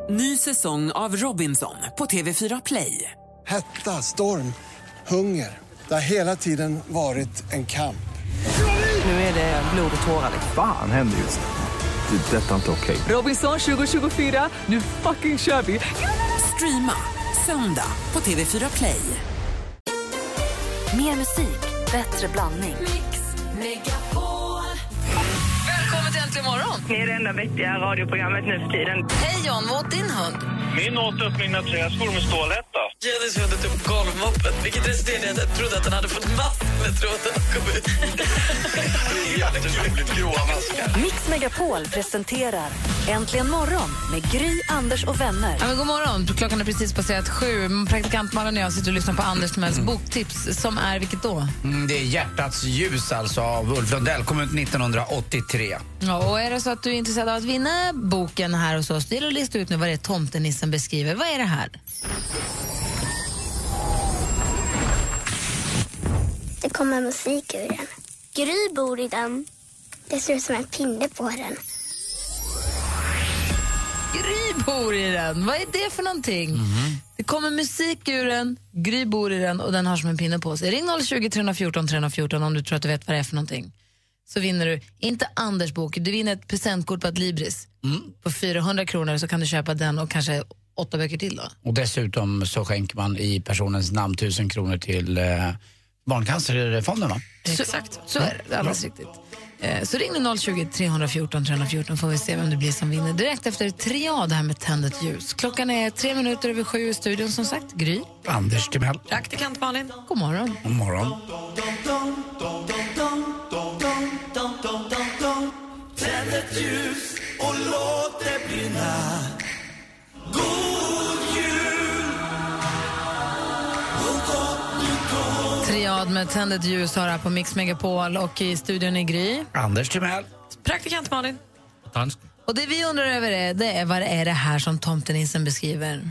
Ny säsong av Robinson på TV4 Play. Hetta, storm, hunger. Det har hela tiden varit en kamp. Nu är det blod och tårar. Fan händer just det. Det är detta inte okej. Robinson 2024, nu fucking kör vi. Streama söndag på TV4 Play. Mer musik, bättre blandning. Mix Megapol. Välkommen till Äntligen morgon. Ni är det enda vettiga radioprogrammet nu för tiden. Hej John, vad åt din hund? Min åt upp mina träskor med stålhätta. Jennys hund åt upp golvmoppen, vilket resulterade i att jag trodde att den hade fått mask med tråden och kom ut. Det är jätteroligt gråa maskar. Mix Megapol presenterar Äntligen morgon med Gry, Anders och vänner. Ja, men god morgon, klockan är precis passerat 7. Praktikant Malin och jag sitter och lyssnar på Anders Timells boktips. Som är vilket då? Det är Hjärtats ljus alltså av Ulf Lundell, kom ut 1983. Ja, och är det så att du är intresserad av att vinna boken här hos oss, det gäller att lista ut nu vad det är tomtenissen beskriver. Vad är det här? Det kommer musik ur den. Gry bor i den. Det ser ut som en pinne på den. Gry bor i den. Vad är det för någonting? Det kommer musik ur den, Gry bor i den och den har som en pinne på sig. Ring 020-314-314 om du tror att du vet vad det är för någonting. Så vinner du, inte Anders bok, du vinner ett presentkort på Adlibris. På 400 kronor så kan du köpa den och kanske 8 böcker till då. Och dessutom så skänker man i personens namn 1000 kronor till Barncancerfonden, va? Exakt. Så är det, alldeles riktigt. Så ring 020-314-314 får vi se vem det blir som vinner. Direkt efter Triad här med tändet ljus. Klockan är 7:03 i studion som sagt. Gry. Anders Timell. Praktikant Malin. God morgon. God morgon. Tänd ett ljus och låt det brinna. God jul och gott nytt år. Triad med tändet ljus har här på Mix Megapol och i studion i Gry. Anders Timell. Praktikant Malin. Och det vi undrar över det är vad är det här som tomtenissen beskriver?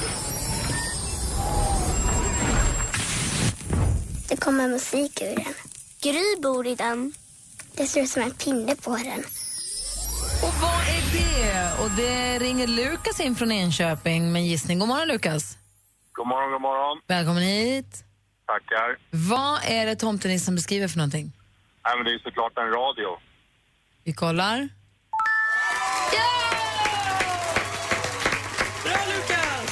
Det kommer musik ur den. Gry bor i den. Det ser ut som en pinne på den. Och vad är det? Och det ringer Lukas in från Enköping med gissning. God morgon Lukas. God morgon, god morgon. Välkommen hit. Tackar. Vad är det tomtenissen beskriver för någonting? Nej, men det är såklart en radio. Vi kollar. Bra Lukas!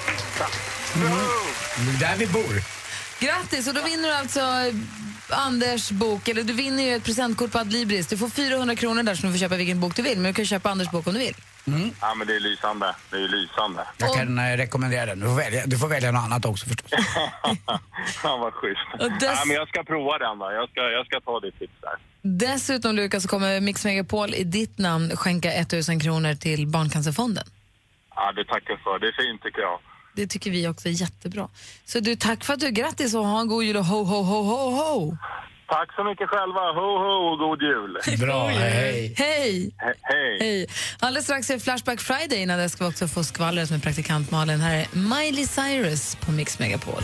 Det är där vi bor. Grattis, och då vinner du alltså Anders bok, eller du vinner ju ett presentkort på Adlibris. Du får 400 kronor där så du får köpa vilken bok du vill, men du kan köpa Anders bok om du vill. Ja, men det är lysande. Det är lysande. Jag kan rekommendera den. Du får välja något annat också förstås. Ja, vad schysst. Ja, men jag ska prova den då. Jag ska ta ditt tips där. Dessutom Lukas så kommer Mix Megapol i ditt namn skänka 1000 kronor till Barncancerfonden. Ja, det tackar för. Det är fint tycker jag. Det tycker vi också är jättebra. Så du, tack för att du är grattis och ha en god jul och ho, ho, ho, ho, ho. Tack så mycket själva. Ho, ho och god jul. Bra, hej. Hej. Hej. Hej. Alldeles strax är Flashback Friday. Innan det ska vi också få skvallret med praktikant Malin. Här är Miley Cyrus på Mix Megapol.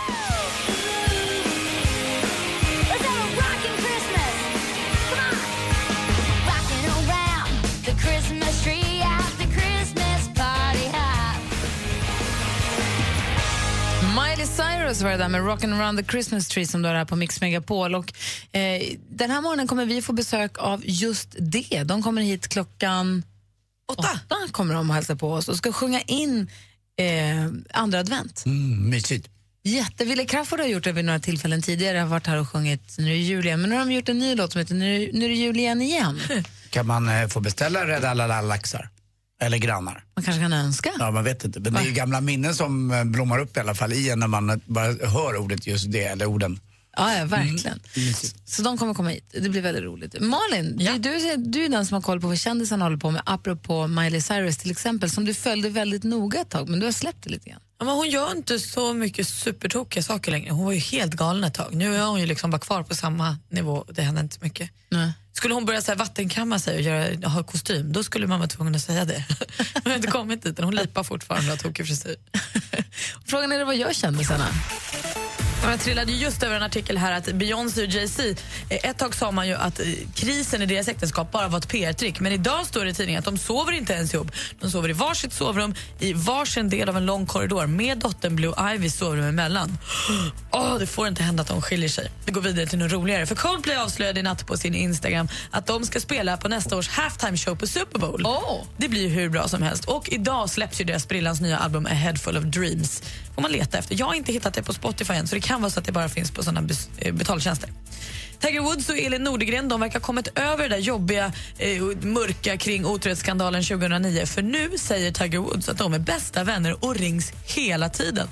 Miley Cyrus var det där med Rockin' around the Christmas tree som du har här på Mix Megapol. Och den här morgonen kommer vi få besök av just det. De kommer hit klockan 8 kommer de att hälsa på oss och ska sjunga in andra advent. Mysigt. Ville Crafoord har gjort det vid några tillfällen tidigare. Har varit här och sjungit Nu är det jul igen. Men nu har de gjort en ny låt som heter Nu är det jul igen. Kan man få beställa rädda alla laxar? Eller grannar. Man kanske kan önska. Ja, man vet inte. Men det är ju gamla minnen som blommar upp i alla fall i när man bara hör ordet just det, eller orden. Ja, verkligen. Så de kommer komma hit. Det blir väldigt roligt. Malin, du är den som har koll på vad kändisarna håller på med, apropå Miley Cyrus till exempel, som du följde väldigt noga ett tag, men du har släppt det lite grann. Ja, men hon gör inte så mycket supertokiga saker längre. Hon var ju helt galen ett tag. Nu är hon ju liksom bara kvar på samma nivå. Det händer inte så mycket. Nej. Skulle hon börja så här vattenkamma sig och ha kostym, då skulle man vara tvungen att säga det. Hon har inte kommit dit, hon lipar fortfarande och har tokig frisyr. Frågan är vad gör kändisarna? Jag trillade just över en artikel här att Beyoncé och Jay-Z, ett tag sa man ju att krisen i deras äktenskap bara var ett PR-trick, men idag står det i tidningen att de sover inte ens ihop. De sover i varsitt sovrum i varsin del av en lång korridor med dottern Blue Ivy sovrum emellan. Det får inte hända att de skiljer sig. Det går vidare till något roligare. För Coldplay avslöjade i natt på sin Instagram att de ska spela på nästa års halftime show på Super Bowl. Det blir ju hur bra som helst. Och idag släpps ju deras sprillans nya album A Head Full of Dreams. Får man leta efter. Jag har inte hittat det på Spotify än, så det kan vara så att det bara finns på sådana betaltjänster. Tiger Woods och Elin Nordegren, de verkar ha kommit över det där jobbiga, mörka kring otrohetsskandalen 2009. För nu säger Tiger Woods att de är bästa vänner och rings hela tiden.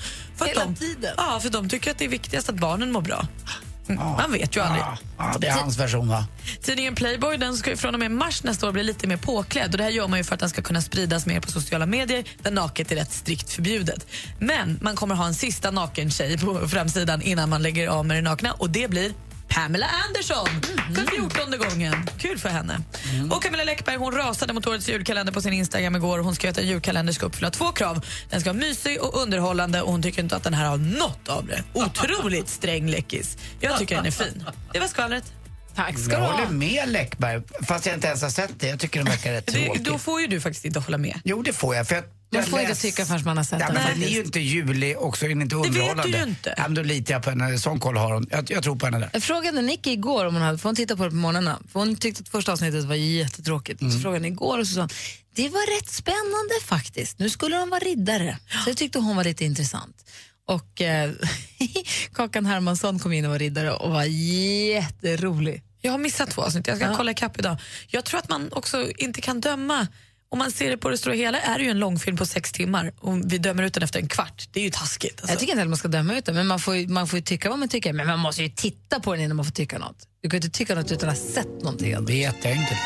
Ja, för de tycker att det är viktigast att barnen mår bra. Man vet ju aldrig. Det är hans version, va? Tidningen Playboy, den ska från och med mars nästa år bli lite mer påklädd. Och det här gör man ju för att den ska kunna spridas mer på sociala medier, där naket är rätt strikt förbjudet. Men man kommer ha en sista naken tjej på framsidan innan man lägger av med det nakna. Och det blir Pamela Anderson för 14:e gången. Kul för henne. Och Camilla Läckberg, hon rasade mot årets julkalender på sin Instagram igår. Hon skrev att en julkalender ska uppfylla 2 krav. Den ska vara mysig och underhållande, och hon tycker inte att den här har något av det. Otroligt sträng läckis. Jag tycker den är fin. Det var skvallret. Tack ska jag du ha. håller med Läckberg, fast jag inte ens har sett det. Jag tycker den verkar rätt tråkig. Då får ju du faktiskt inte hålla med. Jo, det får jag, för man får inte tycka förrän man har sett den. Men det är ju inte julig och så är den inte underhållande. Det vet du ju inte. Ja, men då litar jag på henne. Sån koll har hon. Jag tror på henne där. Jag frågade Nicky igår om hon hade, för hon tittade på det på morgnarna. För hon tyckte att första avsnittet var jättetråkigt. Så frågade henne igår och så sa hon, det var rätt spännande faktiskt. Nu skulle de vara riddare. Så jag tyckte hon var lite intressant. Och Kakan Hermansson kom in och var riddare och var jätterolig. Jag har missat 2 avsnitt. Jag ska kolla ikapp idag. Jag tror att man också inte kan döma. Om man ser det på det stora hela är det ju en långfilm på 6 timmar. Och vi dömer ut den efter en kvart. Det är ju taskigt. Alltså. Jag tycker inte att man ska döma ut den, men man får ju tycka vad man tycker. Men man måste ju titta på den innan man får tycka något. Du kan ju inte tycka något utan att ha sett någonting. Det är jätteenkelt.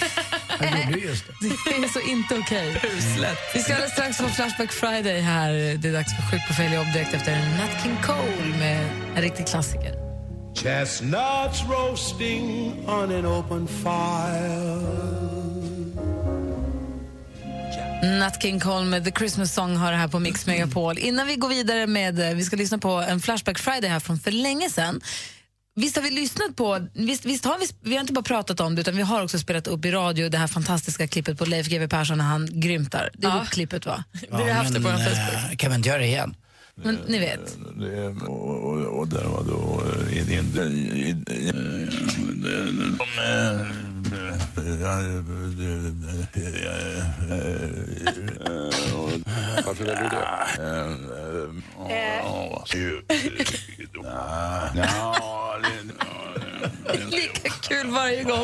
Jag gjorde just det. Det är så inte okej. Vi ska alldeles strax få Flashback Friday här. Det är dags för Sjuk på fel jobb direkt efter Nat King Cole med en riktig klassiker. Chestnuts roasting on an open fire. Nat King Cole med The Christmas Song har det här på Mix Megapol. Innan vi går vidare med, vi ska lyssna på en Flashback Friday här från för länge sedan. Visst har vi lyssnat på, vi har inte bara pratat om det, utan vi har också spelat upp i radio det här fantastiska klippet på Leif GW Persson när han grymtar. Det är klippet, va? Det har vi haft det på en Facebook. Kan vi inte göra det igen? Men ni vet. Och där var då varför vill du det? Lika kul varje gång.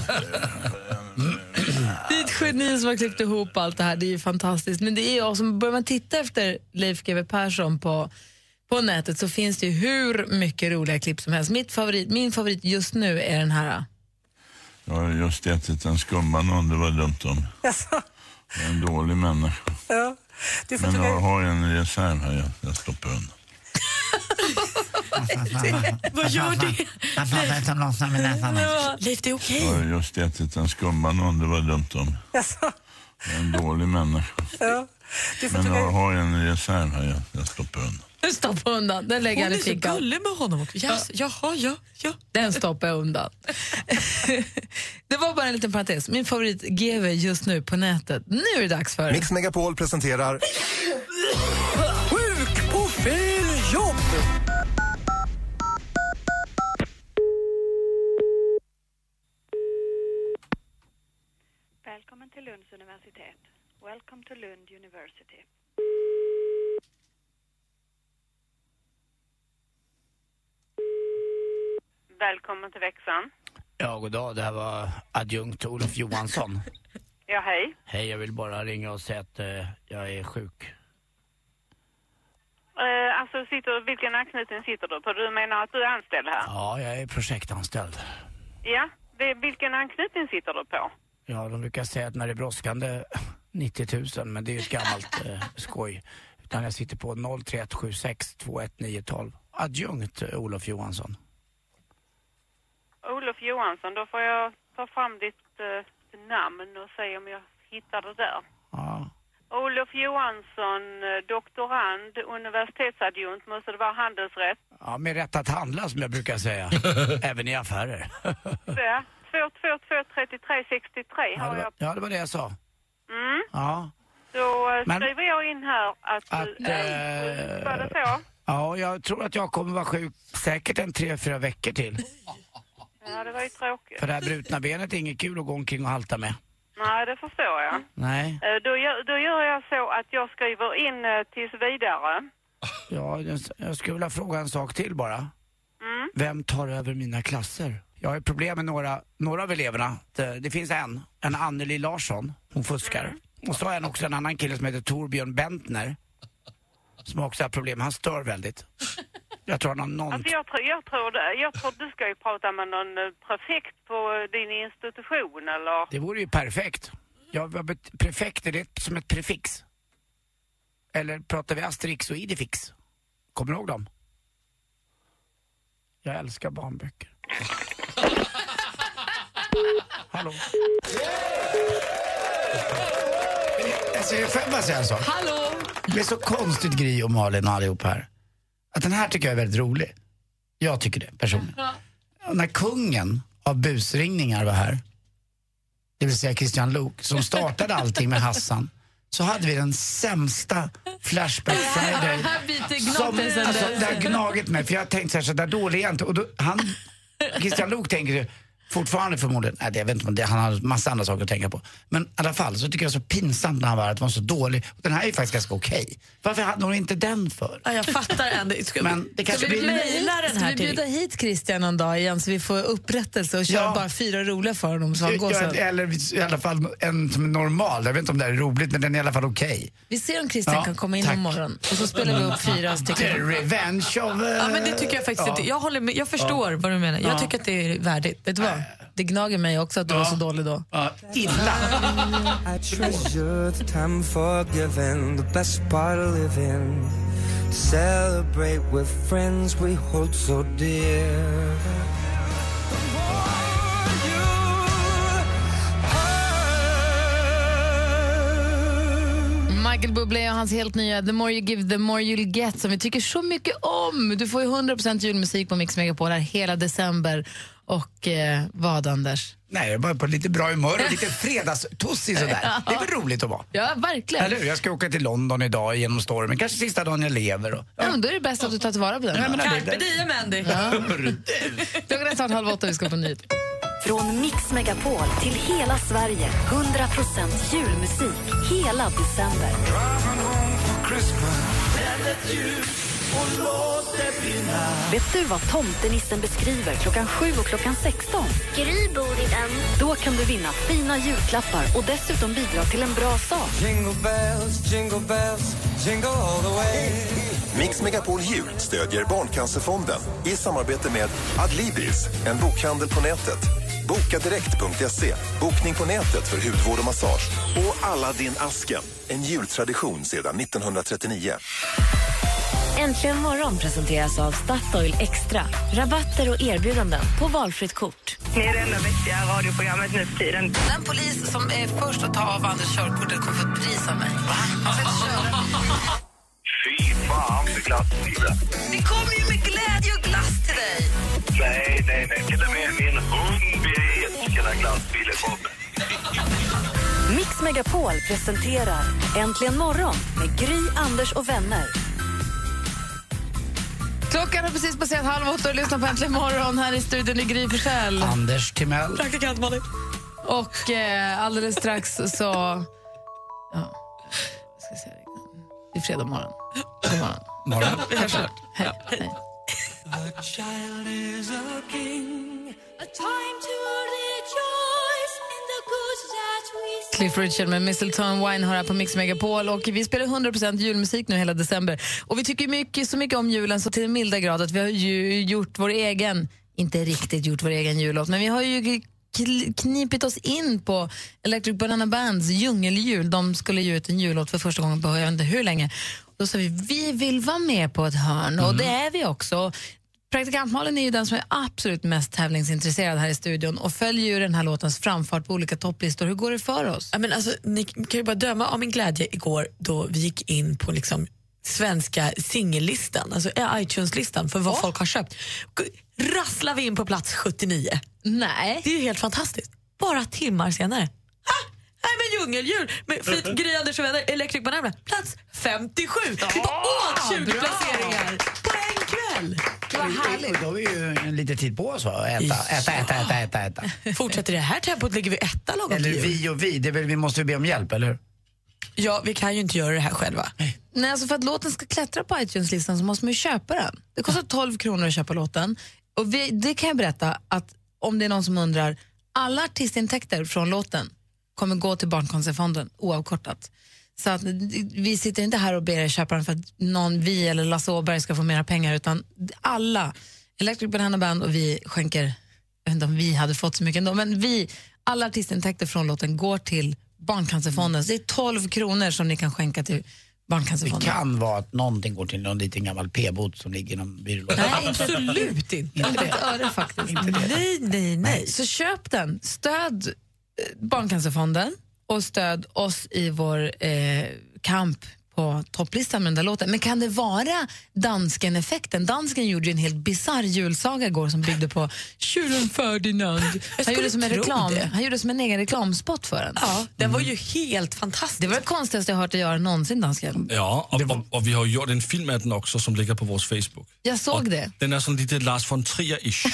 Det är ett geni som har klippt ihop allt det här. Det är ju fantastiskt. Men det är jag som börjar man titta efter Leif GW Persson på nätet, så finns det ju hur mycket roliga klipp som helst. Min favorit just nu är den här. Jag har just ätit en skumbanan, det var dumt om. Jag är en dålig människa. Ja. Men jag har en reserv här, jag stoppar undan. Vad gör det? Leif, det är okej. Jag har just ätit en skumbanan, det var dumt om. Jag är en dålig människa. Ja. Men jag har en reserv här, jag stoppar undan. Stoppa undan, den lägger han i fickan. Hon är så gullig med honom också. Ja. Den stoppar jag undan. Det var bara en liten parentes. Min favorit GW just nu på nätet. Nu är det dags för Mix Megapol presenterar Sjuk på fel jobb. Välkommen till Lunds universitet. Welcome to Lund University. Välkommen till växeln. Ja, god dag. Det här var adjunkt Olof Johansson. Ja, hej. Hej, jag vill bara ringa och säga att jag är sjuk. Alltså, vilken anknytning sitter du på? Du menar att du är anställd här? Ja, jag är projektanställd. Ja, vilken anknytning sitter du på? Ja, de brukar säga att när det är brådskande 90 000, men det är ju ett gammalt skoj. Utan jag sitter på 03176 21912. Adjunkt Olof Johansson. Olof Johansson, då får jag ta fram ditt namn och se om jag hittar det där. Ja. Olof Johansson, doktorand, universitetsadjunkt, måste det vara handelsrätt? Ja, med rätt att handla som jag brukar säga. Även i affärer. Ja, 222-33-63 har jag. Ja, det var det jag sa. Mm. Ja. Då skriver jag in här att var det så? Ja, jag tror att jag kommer vara sjuk säkert 3-4 veckor till. Ja, det var ju tråkigt. För det här brutna benet är inget kul att gå omkring och halta med. Nej, det förstår jag. Nej. Då gör jag så att jag skriver in tills vidare. Ja, jag skulle vilja fråga en sak till bara. Mm. Vem tar över mina klasser? Jag har problem med några av eleverna. Det finns en Anneli Larsson, hon fuskar. Och så är också en annan kille som heter Torbjörn Bentner. Som också har problem, han stör väldigt. Jag tror han har någon... Alltså jag tror du ska ju prata med någon prefekt på din institution, eller? Det vore ju perfekt. Prefekt, är det som ett prefix? Eller pratar vi Asterix och Idefix? Kommer du ihåg dem? Jag älskar barnböcker. Hallå? Alltså, jag får bara säga en sak. Hallå? Det är så konstigt, Gry och Malin och allihop här. Att den här tycker jag är väldigt rolig. Jag tycker det, personligen. Och när kungen av busringningar var här, det vill säga Christian Luuk, som startade allting med Hassan, så hade vi den sämsta Flashback Friday som, alltså, det har gnagit mig. För jag tänkte så där dålig jag inte. Och då, Christian Luuk tänker ju fortfarande förmodligen, nej, jag vet inte om det, han har massa andra saker att tänka på. Men i alla fall så tycker jag så pinsamt när han var att vara så dålig. Och den här är ju faktiskt ganska okej. Varför hade hon inte den för? Ja, jag fattar ändå. Men det kanske blir ska vi bjuda hit Christian någon dag igen så vi får upprättelse och köra bara 4 roliga för honom så han går så. Eller i alla fall en som är normal. Jag vet inte om det är roligt, men den är i alla fall okej. Vi ser om Christian kan komma in imorgon och så spelar vi upp 4 stycken. Revenge of... Ja, men det tycker jag faktiskt inte. Jag håller med, jag förstår vad du menar. Jag tycker att det är värdigt. Vet du vad? Det gnager mig också att du var så dålig då. Illa. I treasure the time forgiven, the best part of living. Celebrate with friends we hold so dear. Michael Bublé och hans helt nya The More You Give, The More You'll Get som vi tycker så mycket om. Du får ju 100% julmusik på Mix Megapol här hela december. Och vad, Anders? Nej, jag är bara på lite bra humör och lite fredagstussig sådär. Ja. Det är väl roligt att vara. Ja, verkligen. Eller hur? Jag ska åka till London idag genom stormen. Kanske sista dagen jag lever. Och, ja, men då är det bäst att du tar tillvara på den. Carpe diem, Andy. Klockan är snart 7:30, vi ska på nytt. Från Mix Megapol till hela Sverige. 100% julmusik hela december. Vet du vad tomtenissen beskriver klockan 7 och klockan 16? Gry bor i den. Då kan du vinna fina julklappar och dessutom bidra till en bra sak. Jingle bells, jingle all the way. Mix Megapol Jul stödjer Barncancerfonden i samarbete med Adlibris, en bokhandel på nätet. Bokadirekt.se, bokning på nätet för hudvård och massage. Och Aladdin-asken, en jultradition sedan 1939. Äntligen morgon presenteras av Statoil Extra. Rabatter och erbjudanden på valfritt kort. Det är det enda vettiga radioprogrammet nu för tiden. Den polis som är först att ta av Anders körkortet kommer få ett pris av mig. Fy fan, det glassbilen. Det kommer ju med glädje och glass till dig. Nej. Till och med min hund älskar glassbilen kommer. Mix Megapol presenterar Äntligen morgon med Gry, Anders och vänner. Klockan har precis passerat 7:30 och lyssnar på Äntligen morgon här i studion i Gry Forssell. Anders Timell. Praktikant Malin. Och alldeles strax så... Ja, jag ska säga det. Det är fredag morgon. God morgon. Vi hörs snart. Hej. The child is a king. A time to rejoice in the good that we see. Cliff Richard med Mistletoe Wine har här på Mix Megapol och vi spelar 100% julmusik nu hela december. Och vi tycker så mycket om julen så till en milda grad att vi har ju gjort vår egen, inte riktigt gjort vår egen jullåt, men vi har ju knipit oss in på Electric Banana Bands djungeljul. De skulle ge ut en jullåt för första gången på jag vet inte hur länge. Då sa vi vill vara med på ett hörn och det är vi också. Praktikant Malin är ju den som är absolut mest tävlingsintresserad här i studion och följer ju den här låtens framfart på olika topplistor. Hur går det för oss? Ja, men alltså, ni kan ju bara döma av min glädje igår då vi gick in på liksom svenska singellistan, alltså iTunes-listan för vad folk har köpt. Rasslar vi in på plats 79. Nej. Det är ju helt fantastiskt. Bara timmar senare. Nej, men djungeljul med flit Gry-Anders och vänner, Electric Banana, plats 57. Vi bara åt 20 placeringar på en kväll. Det var härligt. Då har vi ju en liten tid på oss, va? Äta. Fortsätter det här tempot ligger vi etta lagom. Eller vi, det är väl, vi måste be om hjälp, eller hur? Ja, vi kan ju inte göra det här själva. Nej, alltså för att låten ska klättra på iTunes-listan så måste man ju köpa den. Det kostar 12 kronor att köpa låten. Och det kan jag berätta att om det är någon som undrar, alla artistintäkter från låten kommer gå till Barncancerfonden oavkortat. Så att vi sitter inte här och ber er köpa den för att vi eller Lasse Åberg ska få mera pengar, utan alla, Electric Banana Band och vi skänker, jag vet inte om vi hade fått så mycket ändå, men alla artistintäkter från låten går till Barncancerfonden. Så det är 12 kronor som ni kan skänka till Barncancerfonden. Det kan vara att någonting går till någon liten gammal p-bot som ligger inom byrålådan. Nej, absolut inte. Inte ett öre faktiskt. Nej. Så köp den. Stöd Barncancerfonden och stöd oss i vår kamp på topplistan med den där låten. Men kan det vara dansken-effekten? Dansken gjorde ju en helt bizarr julsaga igår som byggde på Tjuren Ferdinand. Han gjorde som en reklam. Han gjorde som en egen reklamspot för den. Ja, den var ju helt fantastisk. Det var det konstigaste jag hört att göra någonsin, dansken. Ja, och vi har gjort en film av den också som ligger på vår Facebook. Jag såg det. Den är som lite Lars von Trier-ish.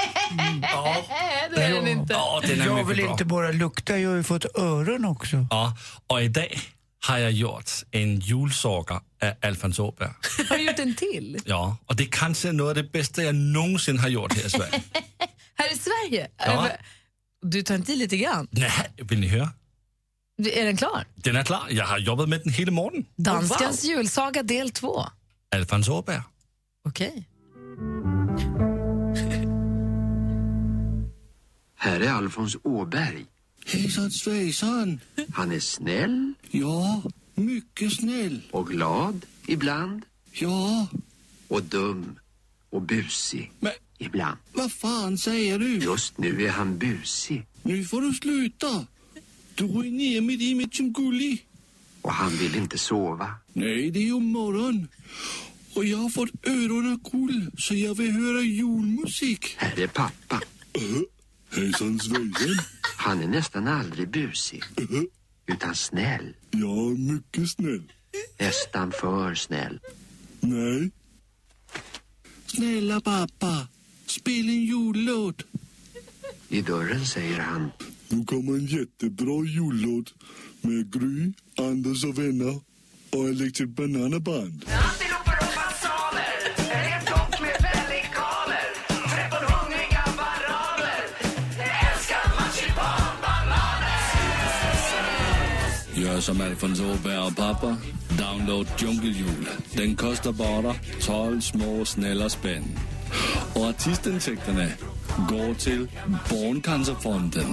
Ja, det är den inte. Ja, den är jag mycket vill bra. inte bara lukta, jag har ju fått öron också. Ja, och idag har jag gjort en julsaga av Alfons Åberg. Har du gjort en till? Ja, och det är kanske något av det bästa jag någonsin har gjort här i Sverige. Här i Sverige? Ja. Du tar inte i lite grann? Nej, vill ni höra? Är den klar? Den är klar. Jag har jobbat med den hela morgonen. Danskans julsaga del 2. Alfons Åberg. Okej. Här är Alfons Åberg. Hejsan svejsan. Han är snäll. Ja, mycket snäll. Och glad ibland. Ja. Och dum och busig ibland. Vad fan säger du? Just nu är han busig. Nu får du sluta. Du är ner med i mitt som gullig. Och han vill inte sova. Nej, det är ju morgon. Och jag har fått öronen cool så jag vill höra julmusik. Här är pappa. Hejsan svejsan. Han är nästan aldrig busig. Utan snäll. Ja, mycket snäll. Nästan för snäll. Nej. Snälla pappa, spela en jullåt. I dörren säger han. Nu kommer en jättebra jullåt med Gry, Anders och vänner och Electric Banana Band. Gör som Alfons Åberg och pappa. Download Djungeljul. Den kostar bara 12 små snälla spänn. Och artistintäkterna går till Barncancerfonden.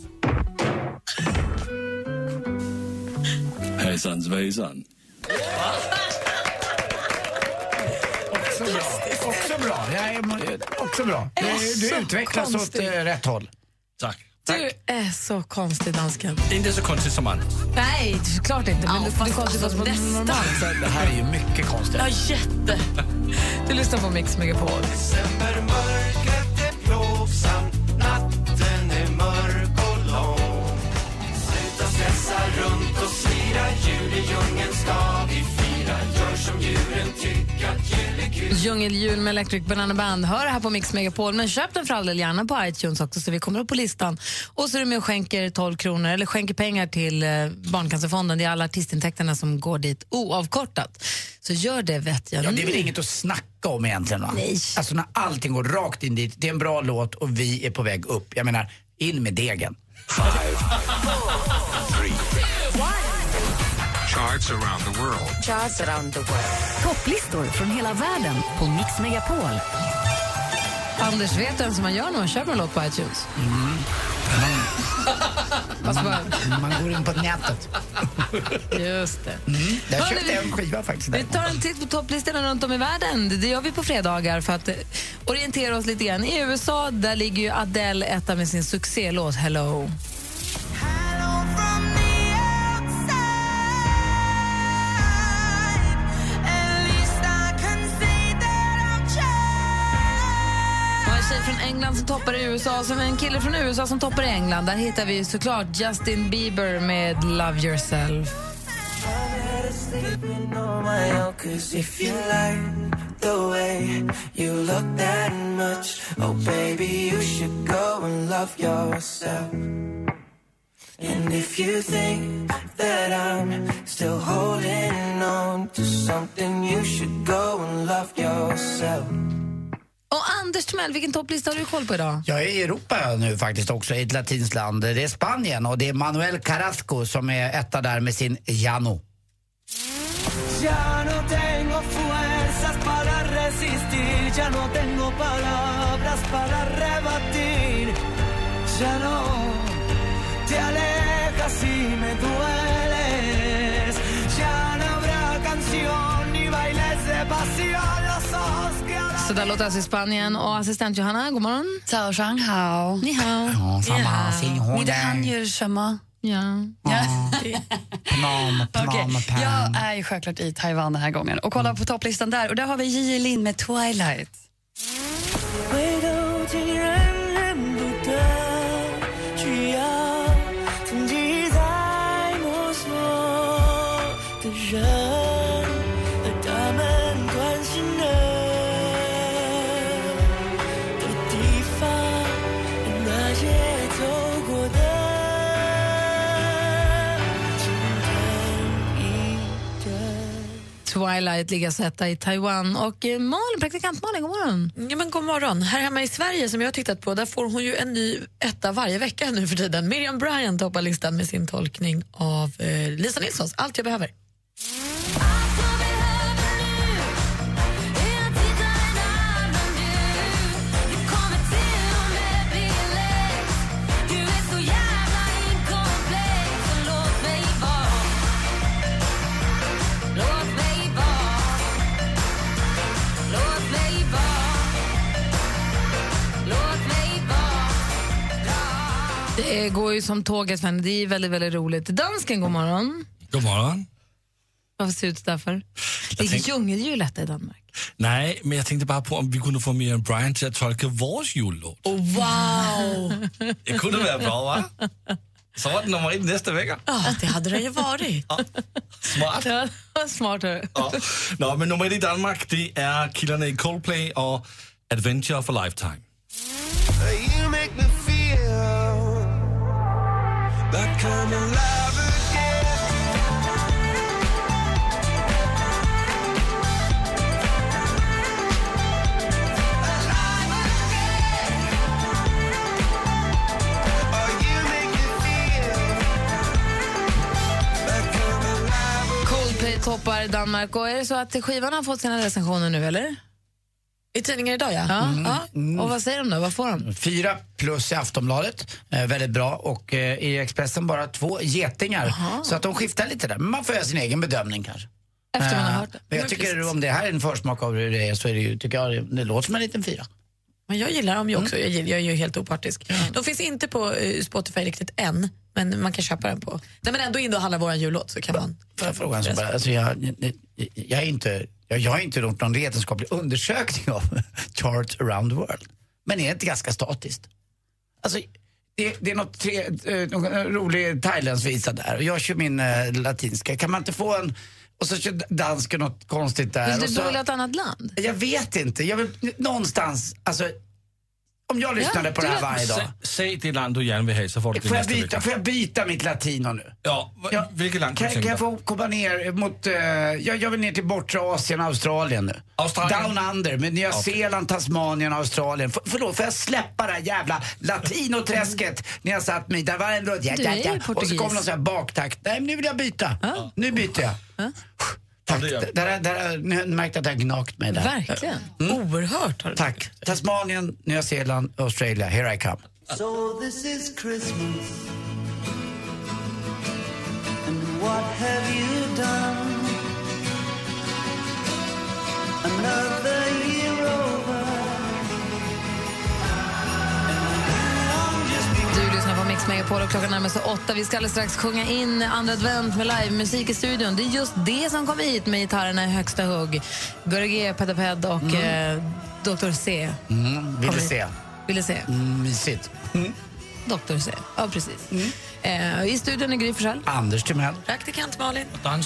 Hejsan svejsan. Också bra. Också bra. Du utvecklas åt rätt håll. Tack. Du är så konstig, dansken. Inte så konstigt som han. Nej, såklart inte. Men du är konstig på normalt sätt. Det här är ju mycket konstigt. Ja, jätte. Du lyssnar på Mix Megapol. Decembermörkret är plågsamt, natten är mörk och lång. Sluta stressa runt och svira, jul i djungeln ska vi fira. Gör som djuren tycker att jul är kul. Djungeljul med Electric Banana Band. Hör det här på Mix Megapol, men köp den för all del gärna på iTunes också så vi kommer upp på listan. Och så är du med och skänker 12 kronor eller skänker pengar till Barncancerfonden. Det är alla artistintäkterna som går dit oavkortat. Så gör det, vet jag. Ja, det är väl inget att snacka om egentligen, va? Nej. Alltså när allting går rakt in dit, det är en bra låt och vi är på väg upp. Jag menar, in med degen. 5, 4, 3, 2, 1. Charts around the world. Charts around the world. Topplistor från hela världen på Mix Megapol. Anders vet vem som man gör när man köper en låt på iTunes. Man går in på nätet. Just det. Där köpte jag en skiva faktiskt. Vi tar en titt på topplistorna runt om i världen. Det gör vi på fredagar för att orientera oss lite grann. I USA där ligger ju Adele etta med sin succélåt Hello. Från England som toppar i USA, som en kille från USA som toppar i England. Där hittar vi såklart Justin Bieber med Love Yourself. And if you think that I'm still holding on to something, you should go and love yourself. Och Anders Timell, vilken topplista har du koll på idag? Jag är i Europa nu faktiskt också, i ett latinskt land. Det är Spanien och det är Manuel Carrasco som är etta där med sin Llano. Ya no tengo fuerzas para resistir, ya no tengo palabras para rebatir, ya no te alejas y me dueles, ya no habrá canción ni bailes de pasión, los ojos que så där låter alltså i Spanien. Och assistent Johanna, god morgon. Ciao, Zhang hao. Ni hao. Ni det han gör samma. Ja. Okej, jag är ju självklart i Taiwan den här gången och kollar på topplistan där. Och där har vi J. Lin med Twilight. Twilight ligger sätta i Taiwan. Och Malin, praktikant Malin, god morgon. Ja, men god morgon. Här hemma i Sverige som jag har tittat på, där får hon ju en ny etta varje vecka nu för tiden. Miriam Bryant toppar listan med sin tolkning av Lisa Nilssons Allt jag behöver. Det går ju som tåget, men det är väldigt, väldigt roligt. Dansken, god morgon. God morgon. Varför ser det ut därför? Det är djungeldjuret i Danmark. Nej, men jag tänkte bara på om vi kunde få Miriam Bryant till att tolka vår jullåt. Oh, wow! Det kunde vara bra, va? Så var det nummer 1 nästa vecka. Ja, det hade det ju varit. Ja. Smart. Ja, smart. Ja. Nå, men nummer 1 i Danmark, det är killarna i Coldplay och Adventure of a Lifetime. You make me feel like I'm alive again. Alive again. Oh, you make me feel like I'm alive again. Coldplay toppar Danmark. Och är det så att skivan har fått sina recensioner nu, eller? I tidningar idag, ja. Och vad säger de då? Vad får de? 4+ i Aftonbladet, väldigt bra. Och i Expressen bara 2 getingar. Aha. Så att de skiftar lite där. Men man får göra sin egen bedömning kanske. Efter man har hört det. Men jag tycker om det här är en försmak av hur det är, så är det ju, tycker jag, det låter som en liten 4. Men jag gillar dem ju också. Jag är ju helt opartisk. De finns inte på Spotify riktigt än, men man kan köpa den på. Nej, men ändå in och handla våran jullåt så kan man. Får jag fråga så bara, alltså jag har inte gjort någon vetenskaplig undersökning av charts around the world. Men är det inte ganska statiskt? Alltså, det är någon rolig thailandsvisa där. Och jag kör min latinska. Kan man inte få en... Och så kör dansken något konstigt där. Vill du börja ett annat land? Jag vet inte. Jag vill någonstans... Alltså, om jag lyssnade på det här varje dag... Säg till land du gärna vill ha, så får du till nästa vecka. Får jag byta mitt latino nu? Ja, vilket land kan jag få komma ner mot... jag vill ner till bortre Asien, Australien nu. Australien? Down under, med Nya Zeeland, Tasmanien, Australien. Förlåt, får jag släppa det här jävla latinoträsket när jag satt mig? Där var en låt. Och så kom någon sån här baktakt. Nej, men nu vill jag byta. Nu byter jag. Tack. Där märkte att jag gnagt mig där. Verkligen. Oerhört har du. Tack. Tasmanien, Nya Zeeland, Australia. Here I come. So this is Christmas. And what have you done? Another year over. Du lyssnar på Mix Megapol och klockan närmar sig 8. Vi ska alldeles strax sjunga in andra advent med livemusik i studion. Det är just det som kommer hit med gitarrerna i högsta hugg. Gurra G, Petter Ped och Dr. C. Ville se. Mysigt. Dr. C. Ja, precis. I studion är Gry Forssell. Anders Timell. Praktikant Malin. Dansk.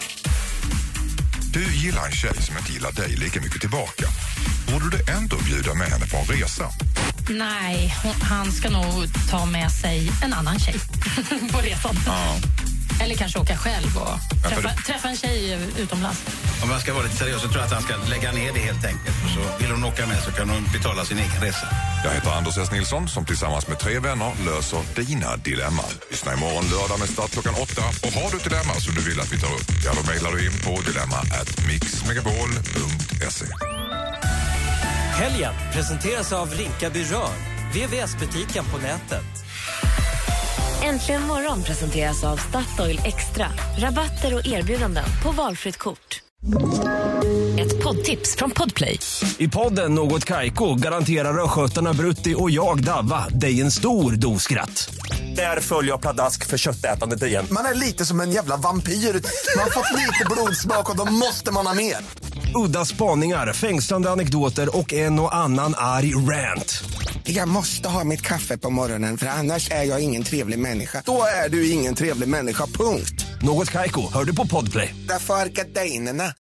Du gillar en tjej som inte gillar dig lika mycket tillbaka. Borde du ändå bjuda med henne på en resa? Nej, han ska nog ta med sig en annan tjej på resan. Ja. Eller kanske åka själv och träffa en tjej utomlands. Om man ska vara lite seriös så tror jag att han ska lägga ner det helt enkelt. Och så vill hon åka med så kan hon betala sin egen resa. Jag heter Anders S. Nilsson som tillsammans med 3 vänner löser dina dilemman. Lyssna imorgon lördag med start klockan 8. Och har du ett dilemma som du vill att vi tar upp, ja då mejlar du in på dilemma@mixmegapol.se. Helgen presenteras av Rinkaby Rör, VVS-butiken på nätet. Äntligen morgon presenteras av Statoil Extra. Rabatter och erbjudanden på valfritt kort. Ett poddtips från Podplay. I podden Något Kaiko garanterar östgötarna Brutti och jag Davva dig en stor doskratt. Där följer jag pladask för köttätandet igen. Man är lite som en jävla vampyr. Man har fått lite blodsmak och då måste man ha mer. Udda spaningar, fängslande anekdoter och en och annan arg rant. Jag måste ha mitt kaffe på morgonen för annars är jag ingen trevlig människa. Då är du ingen trevlig människa, punkt. Något Kaiko, hör du på Podplay. Därför är gardinerna.